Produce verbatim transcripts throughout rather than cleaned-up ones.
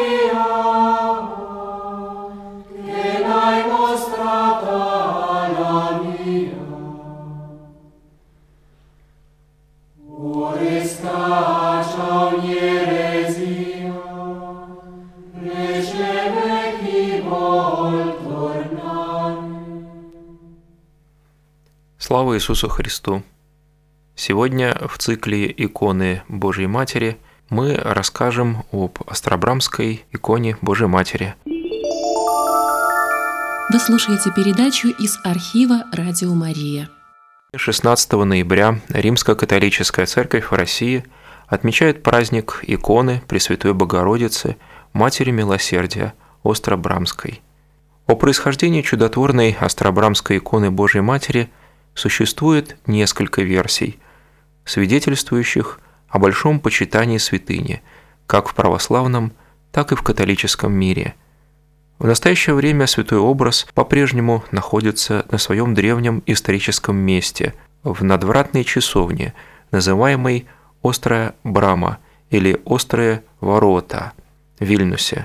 Слава Иисусу Христу! Сегодня в цикле «Иконы Божьей Матери» мы расскажем об Острабрамской иконе Божьей Матери. Вы слушаете передачу из архива «Радио Мария». шестнадцатого ноября Римско-католическая церковь в России отмечает праздник иконы Пресвятой Богородицы, Матери Милосердия, Острабрамской. О происхождении чудотворной Острабрамской иконы Божьей Матери существует несколько версий, свидетельствующих о большом почитании святыни, как в православном, так и в католическом мире. В настоящее время святой образ по-прежнему находится на своем древнем историческом месте, в надвратной часовне, называемой Острая Брама или Острые Ворота в Вильнюсе.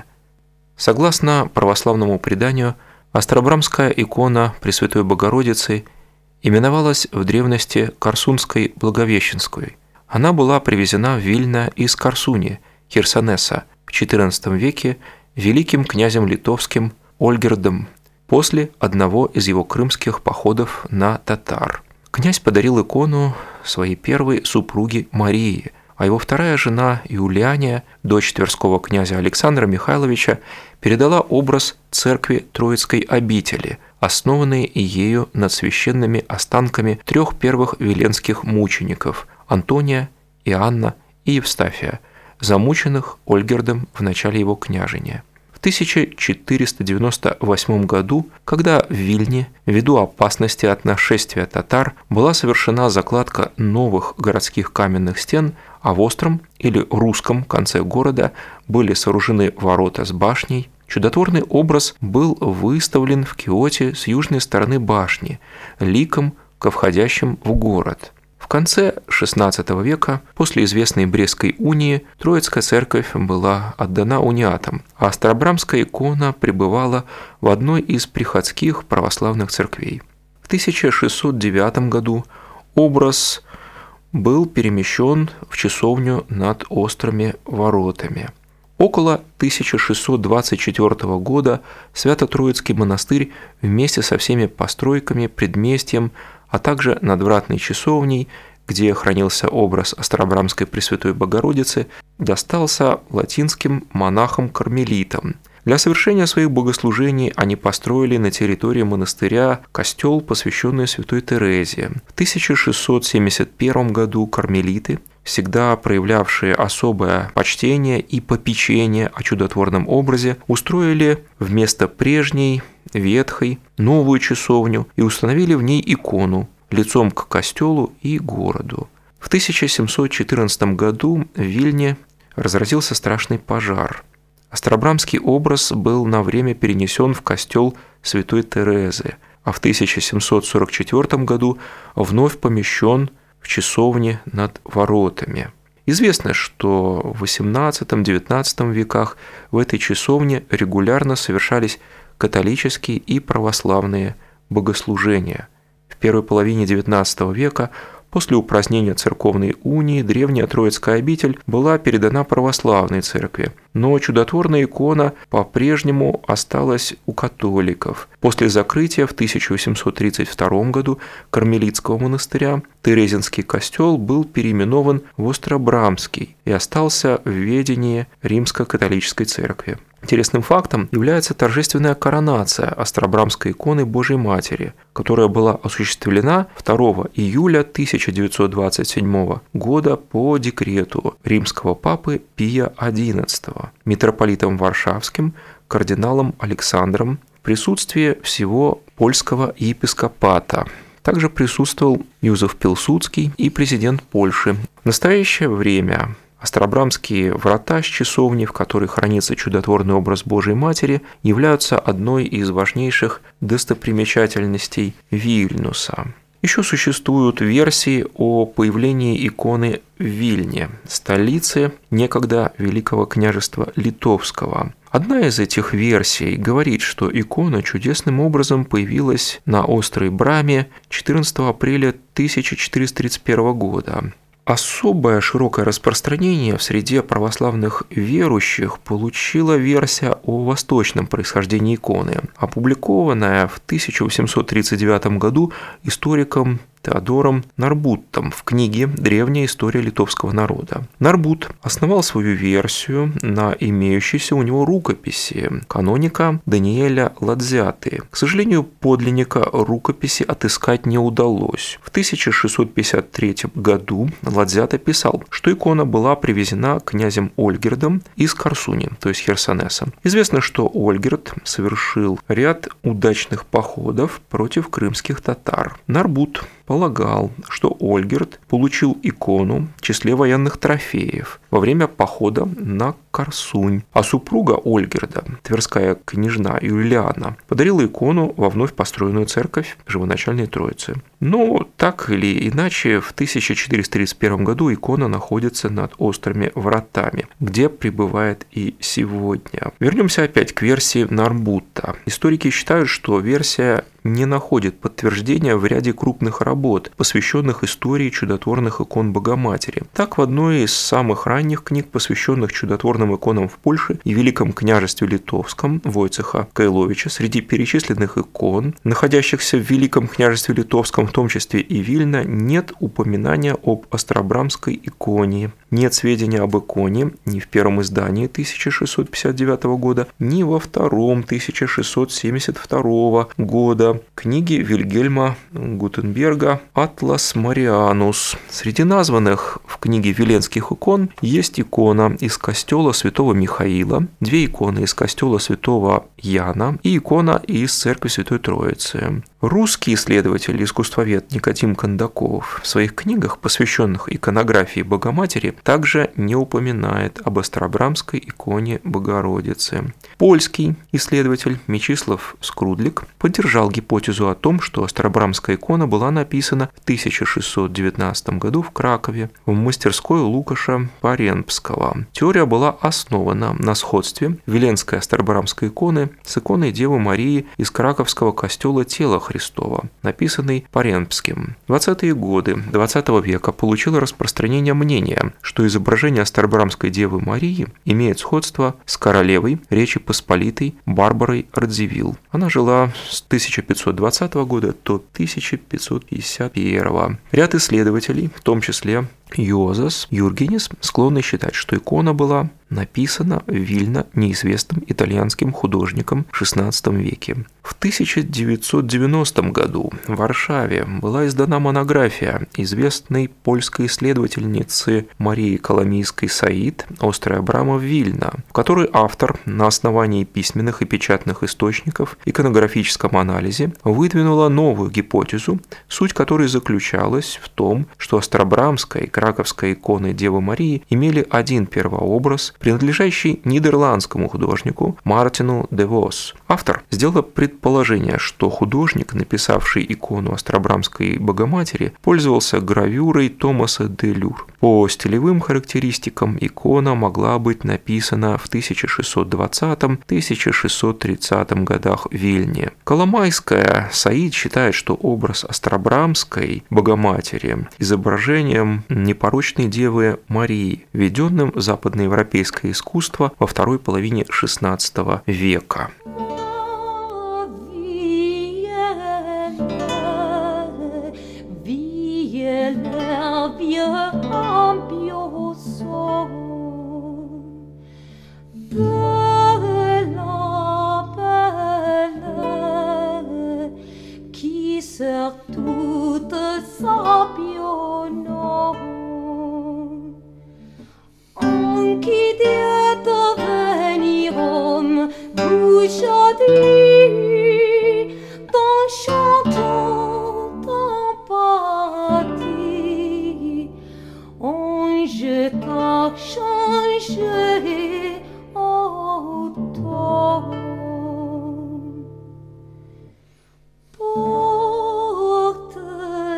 Согласно православному преданию, Острабрамская икона Пресвятой Богородицы именовалась в древности Корсунской Благовещенской. Она была привезена в Вильно из Корсуни, Херсонеса, в четырнадцатом веке великим князем литовским Ольгердом после одного из его крымских походов на татар. Князь подарил икону своей первой супруге Марии, а его вторая жена Юлиания, дочь тверского князя Александра Михайловича, передала образ церкви Троицкой обители, основанной ею над священными останками трех первых виленских мучеников – Антония, Иоанна и Евстафия, замученных Ольгердом в начале его княжения. В тысяча четыреста девяносто восьмом году, когда в Вильне, ввиду опасности от нашествия татар, была совершена закладка новых городских каменных стен, а в остром или русском конце города были сооружены ворота с башней, чудотворный образ был выставлен в киоте с южной стороны башни, ликом ко входящим в город. В конце шестнадцатого века, после известной Брестской унии, Троицкая церковь была отдана униатам, а Острабрамская икона пребывала в одной из приходских православных церквей. В тысяча шестьсот девятом году образ был перемещен в часовню над Острыми воротами. Около тысяча шестьсот двадцать четвёртого года Свято-Троицкий монастырь вместе со всеми постройками, предместьем, а также надвратной часовней, где хранился образ Острабрамской Пресвятой Богородицы, достался латинским монахам-кармелитам. Для совершения своих богослужений они построили на территории монастыря костел, посвященный святой Терезе. В тысяча шестьсот семьдесят первом году кармелиты, всегда проявлявшие особое почтение и попечение о чудотворном образе, устроили вместо прежней, ветхой, новую часовню и установили в ней икону лицом к костелу и городу. В тысяча семьсот четырнадцатом году в Вильне разразился страшный пожар. Острабрамский образ был на время перенесен в костел святой Терезы, а в тысяча семьсот сорок четвёртом году вновь помещен в часовне над воротами. Известно, что в восемнадцатом-девятнадцатом веках в этой часовне регулярно совершались католические и православные богослужения. В первой половине девятнадцатого века, после упразднения церковной унии, древняя Троицкая обитель была передана православной церкви, но чудотворная икона по-прежнему осталась у католиков. После закрытия в тысяча восемьсот тридцать втором году Кармелитского монастыря Терезинский костел был переименован в Острабрамский и остался в ведении Римско-католической церкви. Интересным фактом является торжественная коронация Острабрамской иконы Божьей Матери, которая была осуществлена второго июля тысяча девятьсот двадцать седьмого года по декрету римского папы Пия одиннадцатого, митрополитом Варшавским, кардиналом Александром, в присутствии всего польского епископата. Также присутствовал Юзеф Пилсудский и президент Польши. В настоящее время Острабрамские врата с часовней, в которой хранится чудотворный образ Божьей Матери, являются одной из важнейших достопримечательностей Вильнюса. Еще существуют версии о появлении иконы в Вильне, столице некогда Великого княжества Литовского. Одна из этих версий говорит, что икона чудесным образом появилась на Острой Браме четырнадцатого апреля тысяча четыреста тридцать первого года. Особое широкое распространение в среде православных верующих получила версия о восточном происхождении иконы, опубликованная в тысяча восемьсот тридцать девятом году историком Теодором Нарбуттом в книге «Древняя история литовского народа». Нарбут основал свою версию на имеющейся у него рукописи каноника Даниэля Ладзяты. К сожалению, подлинника рукописи отыскать не удалось. В тысяча шестьсот пятьдесят третьем году Ладзята писал, что икона была привезена князем Ольгердом из Корсуни, то есть Херсонеса. Известно, что Ольгерд совершил ряд удачных походов против крымских татар. Нарбут полагал, что Ольгерд получил икону в числе военных трофеев во время похода на Корсунь, а супруга Ольгерда, тверская княжна Юлиана, подарила икону во вновь построенную церковь Живоначальной Троицы. Но так или иначе, в тысяча четыреста тридцать первом году икона находится над острыми вратами, где пребывает и сегодня. Вернемся опять к версии Нарбутта. Историки считают, что версия не находит подтверждения в ряде крупных работ, посвященных истории чудотворных икон Богоматери. Так, в одной из самых ранних книг, посвященных чудотворным иконам в Польше и Великом княжестве Литовском Войцеха Кайловича, среди перечисленных икон, находящихся в Великом княжестве Литовском, в том числе и Вильна, нет упоминания об Острабрамской иконе, нет сведения об иконе ни в первом издании тысяча шестьсот пятьдесят девятого года, ни во втором тысяча шестьсот семьдесят второго года книги Вильгельма Гутенберга «Атлас Марианус». Среди названных в книге Виленских икон есть икона из костела святого Михаила, две иконы из костела святого Яна и икона из церкви Святой Троицы. Русский исследователь, искусствовед Никодим Кондаков в своих книгах, посвященных иконографии Богоматери, также не упоминает об Острабрамской иконе Богородицы. Польский исследователь Мечислав Скрудлик поддержал гипотезу о том, что Острабрамская икона была написана в тысяча шестьсот девятнадцатом году в Кракове в мастерской Лукаша Паренпского. Теория была основана на сходстве Виленской Острабрамской иконы с иконой Девы Марии из Краковского костела Тела Христова, написанной Паренпским. В двадцатые годы двадцатого века получило распространение мнение, что изображение Острабрамской Девы Марии имеет сходство с королевой Речи Посполитой Барбарой Радзивилл. Она жила с тысяча пятьсот двадцатого года до тысяча пятьсот пятьдесят первого. Ряд исследователей, в том числе Йозас Юргенис, склонны считать, что икона была написана в Вильно неизвестным итальянским художником в шестнадцатом веке. В тысяча девятьсот девяностом году в Варшаве была издана монография известной польской исследовательницы Марии Коломийской-Саид «Острая Брама в Вильно», в которой автор на основании письменных и печатных источников в иконографическом анализе выдвинула новую гипотезу, суть которой заключалась в том, что Острабрамская и Краковская иконы Девы Марии имели один первообраз, принадлежащий нидерландскому художнику Мартину де Вос. Автор сделал предположение, что художник, написавший икону Острабрамской Богоматери, пользовался гравюрой Томаса де Люр. По стилевым характеристикам икона могла быть написана в тысяча шестьсот двадцатом — тысяча шестьсот тридцатом годах в Вильне. Коломайская Саид считает, что образ Острабрамской Богоматери изображением непорочной Девы Марии, введенным в западноевропейское искусство во второй половине шестнадцатого века. Porte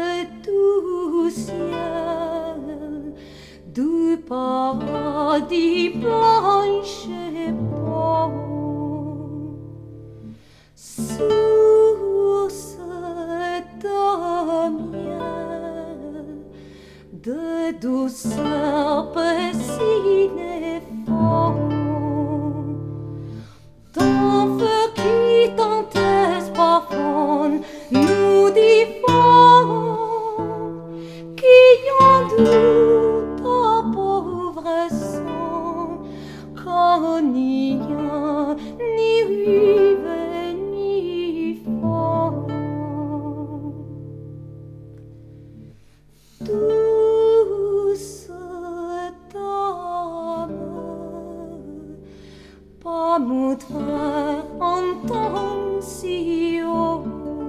pas entendre si haut.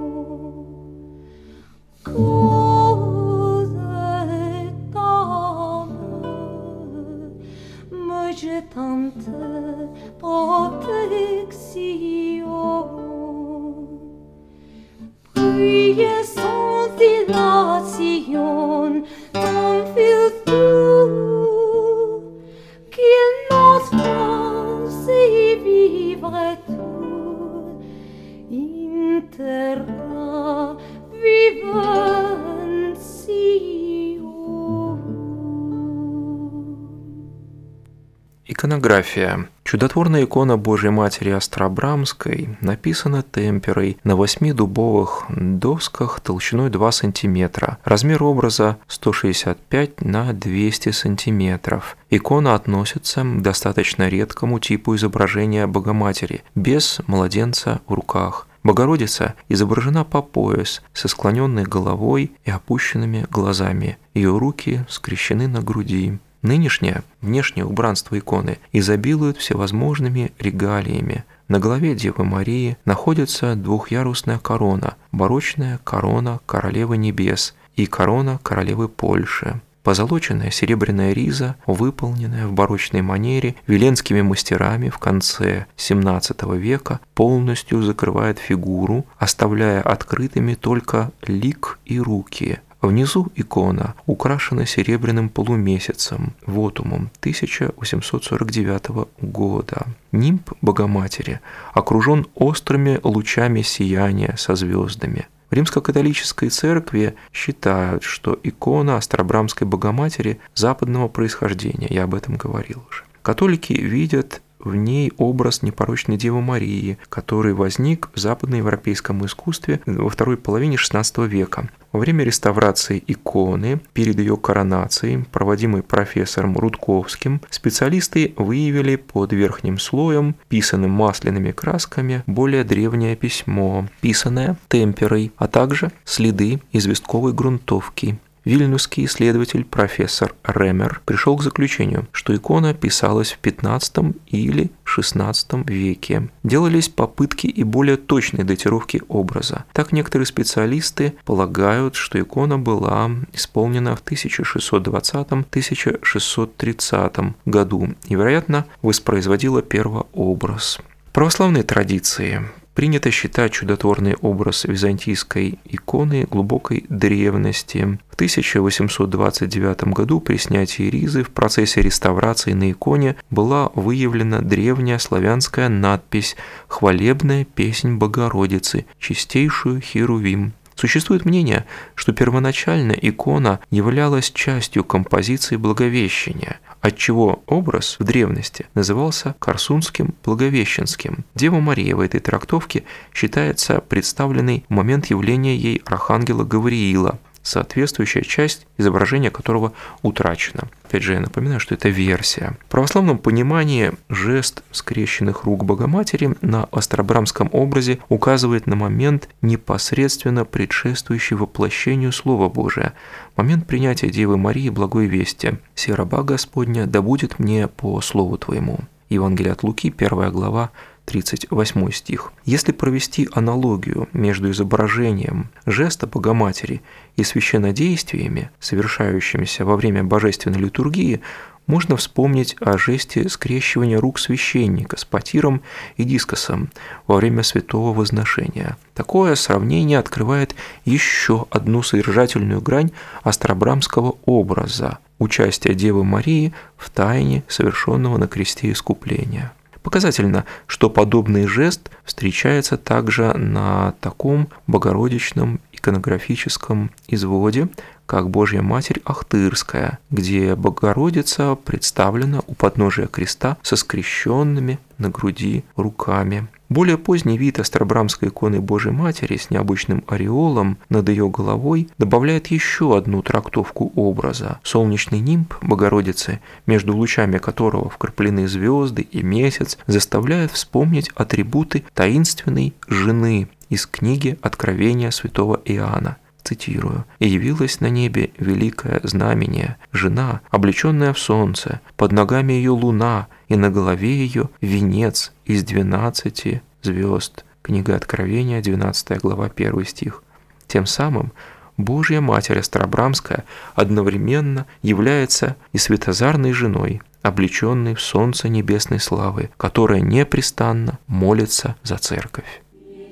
Cause d'âme, moi je tente protection. Puis sans dilation, ton fil doux, qu'il n'ose si vivre tout, in terra vivensio. Иконография. Чудотворная икона Божьей Матери Острабрамской написана темперой на восьми дубовых досках толщиной два сантиметра. Размер образа сто шестьдесят пять на двести сантиметров. Икона относится к достаточно редкому типу изображения Богоматери, без младенца в руках. Богородица изображена по пояс, со склоненной головой и опущенными глазами. Ее руки скрещены на груди. Нынешнее внешнее убранство иконы изобилует всевозможными регалиями. На голове Девы Марии находится двухъярусная корона, барочная корона Королевы Небес и корона Королевы Польши. Позолоченная серебряная риза, выполненная в барочной манере виленскими мастерами в конце семнадцатого века, полностью закрывает фигуру, оставляя открытыми только лик и руки. Внизу икона украшена серебряным полумесяцем, вотумом тысяча восемьсот сорок девятого года. Нимб Богоматери окружен острыми лучами сияния со звездами. В Римско-католической церкви считают, что икона Острабрамской Богоматери западного происхождения, я об этом говорил уже. Католики видят в ней образ непорочной Девы Марии, который возник в западноевропейском искусстве во второй половине шестнадцатого века. Во время реставрации иконы, перед ее коронацией, проводимой профессором Рудковским, специалисты выявили под верхним слоем, писанным масляными красками, более древнее письмо, писанное темперой, а также следы известковой грунтовки. Вильнюсский исследователь профессор Ремер пришел к заключению, что икона писалась в пятнадцатом или шестнадцатом веке. Делались попытки и более точной датировки образа. Так некоторые специалисты полагают, что икона была исполнена в тысяча шестьсот двадцатом — тысяча шестьсот тридцатом году и, вероятно, воспроизводила первообраз. В православной традиции принято считать чудотворный образ византийской иконы глубокой древности. В тысяча восемьсот двадцать девятом году при снятии ризы в процессе реставрации на иконе была выявлена древняя славянская надпись «Хвалебная песнь Богородицы, чистейшую Херувим». Существует мнение, что первоначально икона являлась частью композиции Благовещения, отчего образ в древности назывался Корсунским Благовещенским. Дева Мария в этой трактовке считается представленной в момент явления ей архангела Гавриила, соответствующая часть изображения которого утрачена. Опять же, я напоминаю, что это версия. В православном понимании жест скрещенных рук Богоматери на Острабрамском образе указывает на момент, непосредственно предшествующий воплощению Слова Божия, момент принятия Девы Марии благой вести. «Се раба Господня, да будет мне по слову Твоему». Евангелие от Луки, первая глава, тридцать восьмой стих. Если провести аналогию между изображением жеста Богоматери и священнодействиями, совершающимися во время божественной литургии, можно вспомнить о жесте скрещивания рук священника с потиром и дискосом во время святого возношения. Такое сравнение открывает еще одну содержательную грань острабрамского образа – участие Девы Марии в тайне совершенного на кресте искупления. Показательно, что подобный жест встречается также на таком богородичном иконографическом изводе, как Божья Матерь Ахтырская, где Богородица представлена у подножия креста со скрещенными на груди руками. Более поздний вид острабрамской иконы Божьей Матери с необычным ореолом над ее головой добавляет еще одну трактовку образа. Солнечный нимб Богородицы, между лучами которого вкраплены звезды и месяц, заставляет вспомнить атрибуты таинственной жены из книги Откровения святого Иоанна. Цитирую: «И явилось на небе великое знамение, жена, облеченная в солнце, под ногами ее луна, и на голове ее венец из двенадцати звезд. Книга Откровения, двенадцатая глава, первый стих. Тем самым Божья Матерь Острабрамская одновременно является и светозарной женой, облеченной в солнце небесной славы, которая непрестанно молится за церковь.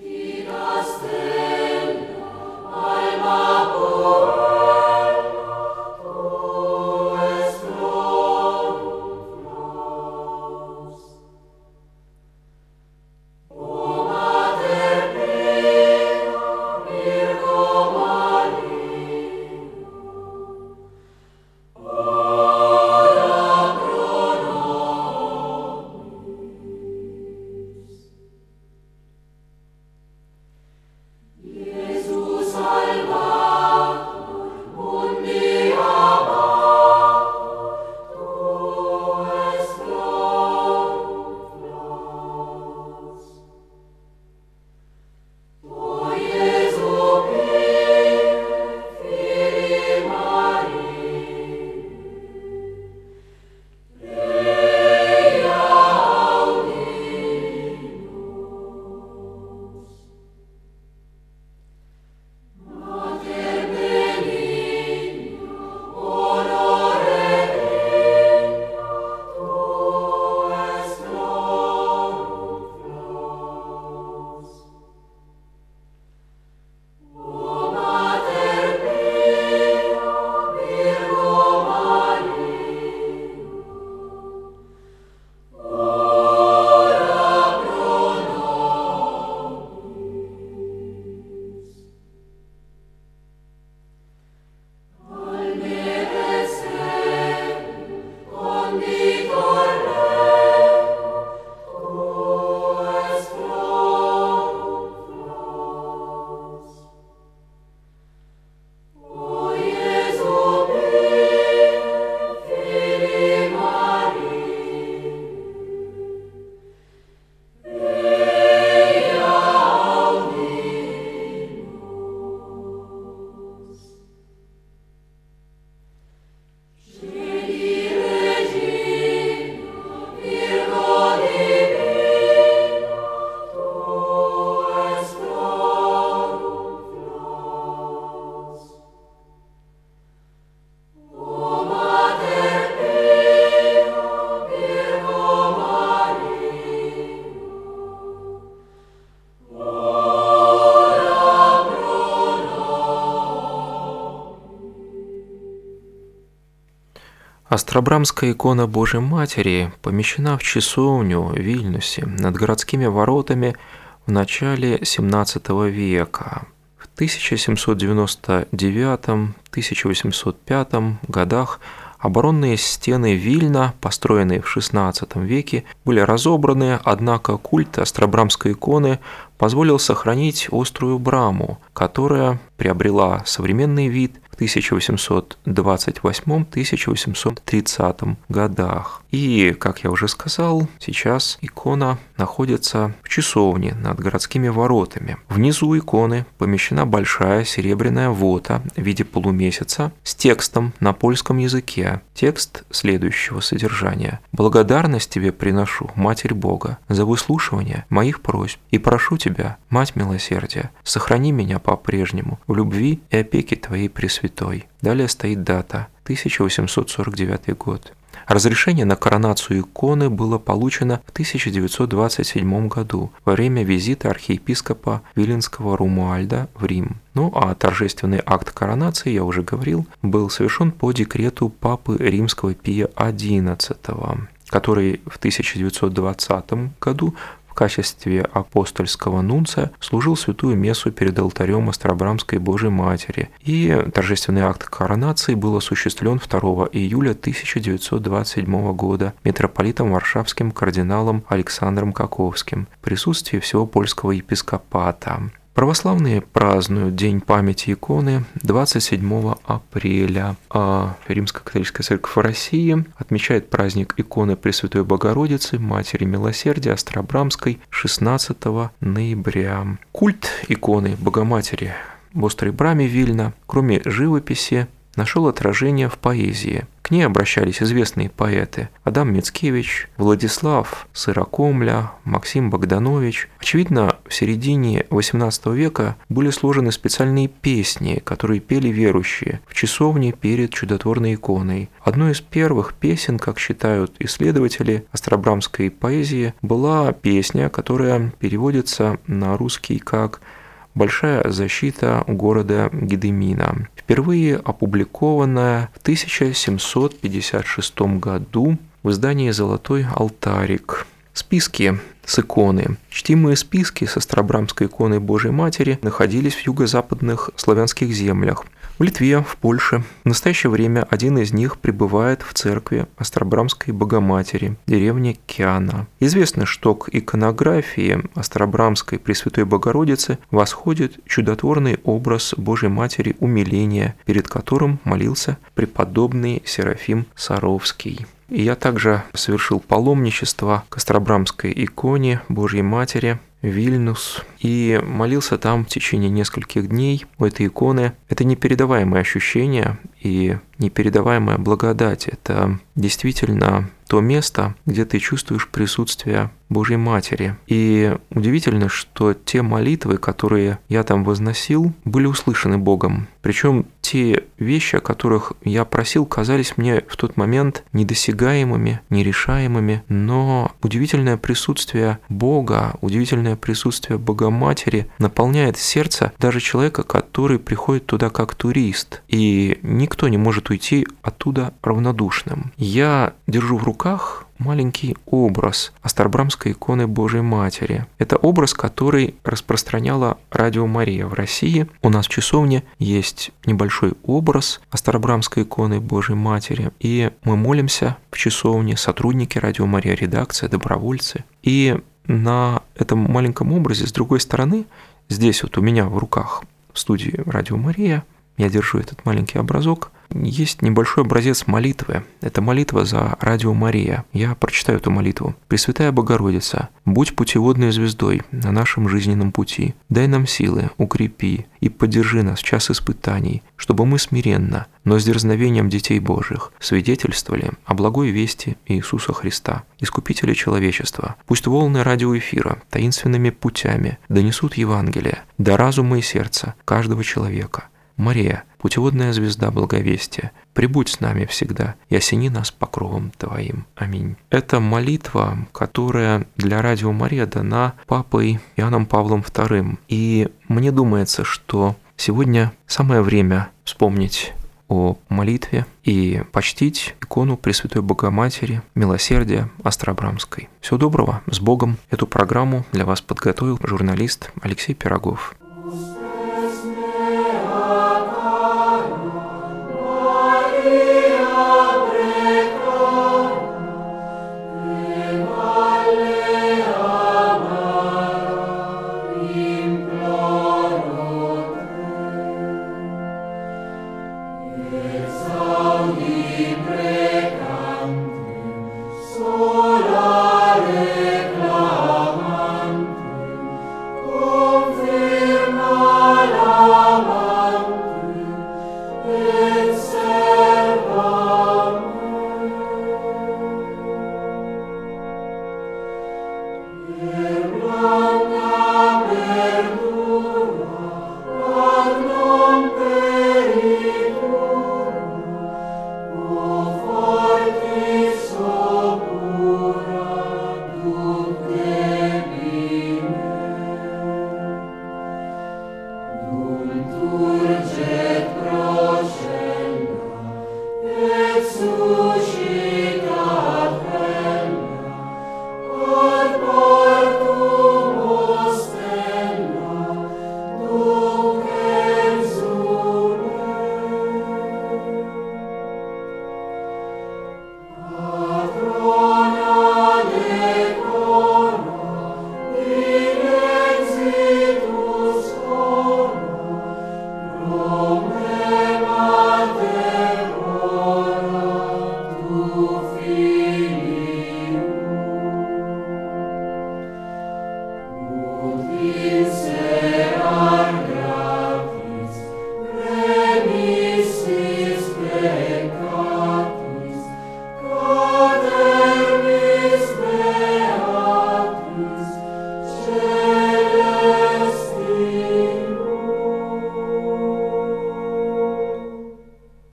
Острабрамская икона Божьей Матери помещена в часовню в Вильнюсе над городскими воротами в начале семнадцатого века. В тысяча семьсот девяносто девятом — тысяча восемьсот пятом годах оборонные стены Вильна, построенные в шестнадцатом веке, были разобраны, однако культ Острабрамской иконы позволил сохранить острую браму, которая приобрела современный вид в тысяча восемьсот двадцать восьмом — тысяча восемьсот тридцатом годах. И, как я уже сказал, сейчас икона находится в часовне над городскими воротами. Внизу иконы помещена большая серебряная вота в виде полумесяца с текстом на польском языке. Текст следующего содержания: «Благодарность тебе приношу, Матерь Бога, за выслушивание моих просьб, и прошу тебя, Мать Милосердия, сохрани меня по-прежнему в любви и опеке Твоей Пресвятой». Далее стоит дата – тысяча восемьсот сорок девятый год. Разрешение на коронацию иконы было получено в тысяча девятьсот двадцать седьмом году во время визита архиепископа Виленского Румуальда в Рим. Ну а торжественный акт коронации, я уже говорил, был совершен по декрету Папы Римского Пия одиннадцатого, который в тысяча девятьсот двадцатом году в качестве апостольского нунция служил святую мессу перед алтарем Острабрамской Божией Матери, и торжественный акт коронации был осуществлен второго июля тысяча девятьсот двадцать седьмого года митрополитом Варшавским кардиналом Александром Каковским в присутствии всего польского епископата. Православные празднуют День памяти иконы двадцать седьмого апреля, а Римско-католическая церковь России отмечает праздник иконы Пресвятой Богородицы, Матери Милосердия Острабрамской шестнадцатого ноября. Культ иконы Богоматери в Острой Браме Вильна, кроме живописи, нашел отражение в поэзии. К ней обращались известные поэты Адам Мицкевич, Владислав Сырокомля, Максим Богданович. Очевидно, в середине восемнадцатого века были сложены специальные песни, которые пели верующие в часовне перед чудотворной иконой. Одной из первых песен, как считают исследователи остробрамской поэзии, была песня, которая переводится на русский как «Большая защита города Гедемина», впервые опубликованная в тысяча семьсот пятьдесят шестом году в издании «Золотой алтарик». Списки с иконы. Чтимые списки с остробрамской иконой Божией Матери находились в юго-западных славянских землях, в Литве, в Польше. В настоящее время один из них пребывает в церкви Остробрамской Богоматери, деревне Киана. Известно, что к иконографии Остробрамской Пресвятой Богородицы восходит чудотворный образ Божией Матери умиления, перед которым молился преподобный Серафим Саровский. И я также совершил паломничество к Остробрамской иконе Божьей Матери, Вильнюс, и молился там в течение нескольких дней у этой иконы. Это непередаваемое ощущение и непередаваемая благодать. Это действительно то место, где ты чувствуешь присутствие Божьей Матери. И удивительно, что те молитвы, которые я там возносил, были услышаны Богом. Причем те вещи, о которых я просил, казались мне в тот момент недосягаемыми, нерешаемыми, но удивительное присутствие Бога, удивительное присутствие Богоматери наполняет сердце даже человека, который приходит туда как турист, и никто не может уйти оттуда равнодушным. Я держу в руках маленький образ Остробрамской иконы Божией Матери. Это образ, который распространяла Радио Мария в России. У нас в часовне есть небольшой образ Остробрамской иконы Божией Матери, и мы молимся в часовне, сотрудники Радио Мария, редакция, добровольцы. И на этом маленьком образе, с другой стороны, здесь вот у меня в руках в студии Радио Мария, я держу этот маленький образок, есть небольшой образец молитвы. Это молитва за Радио Мария. Я прочитаю эту молитву. «Пресвятая Богородица, будь путеводной звездой на нашем жизненном пути. Дай нам силы, укрепи и поддержи нас в час испытаний, чтобы мы смиренно, но с дерзновением детей Божьих свидетельствовали о благой вести Иисуса Христа, Искупителя человечества. Пусть волны радиоэфира таинственными путями донесут Евангелие до разума и сердца каждого человека. Мария, путеводная звезда благовестия, прибудь с нами всегда и осени нас покровом Твоим. Аминь». Это молитва, которая для Радио Мария дана Папой Иоанном Павлом вторым. И мне думается, что сегодня самое время вспомнить о молитве и почтить икону Пресвятой Богоматери, Милосердия Остробрамской. Всего доброго, с Богом. Эту программу для вас подготовил журналист Алексей Пирогов.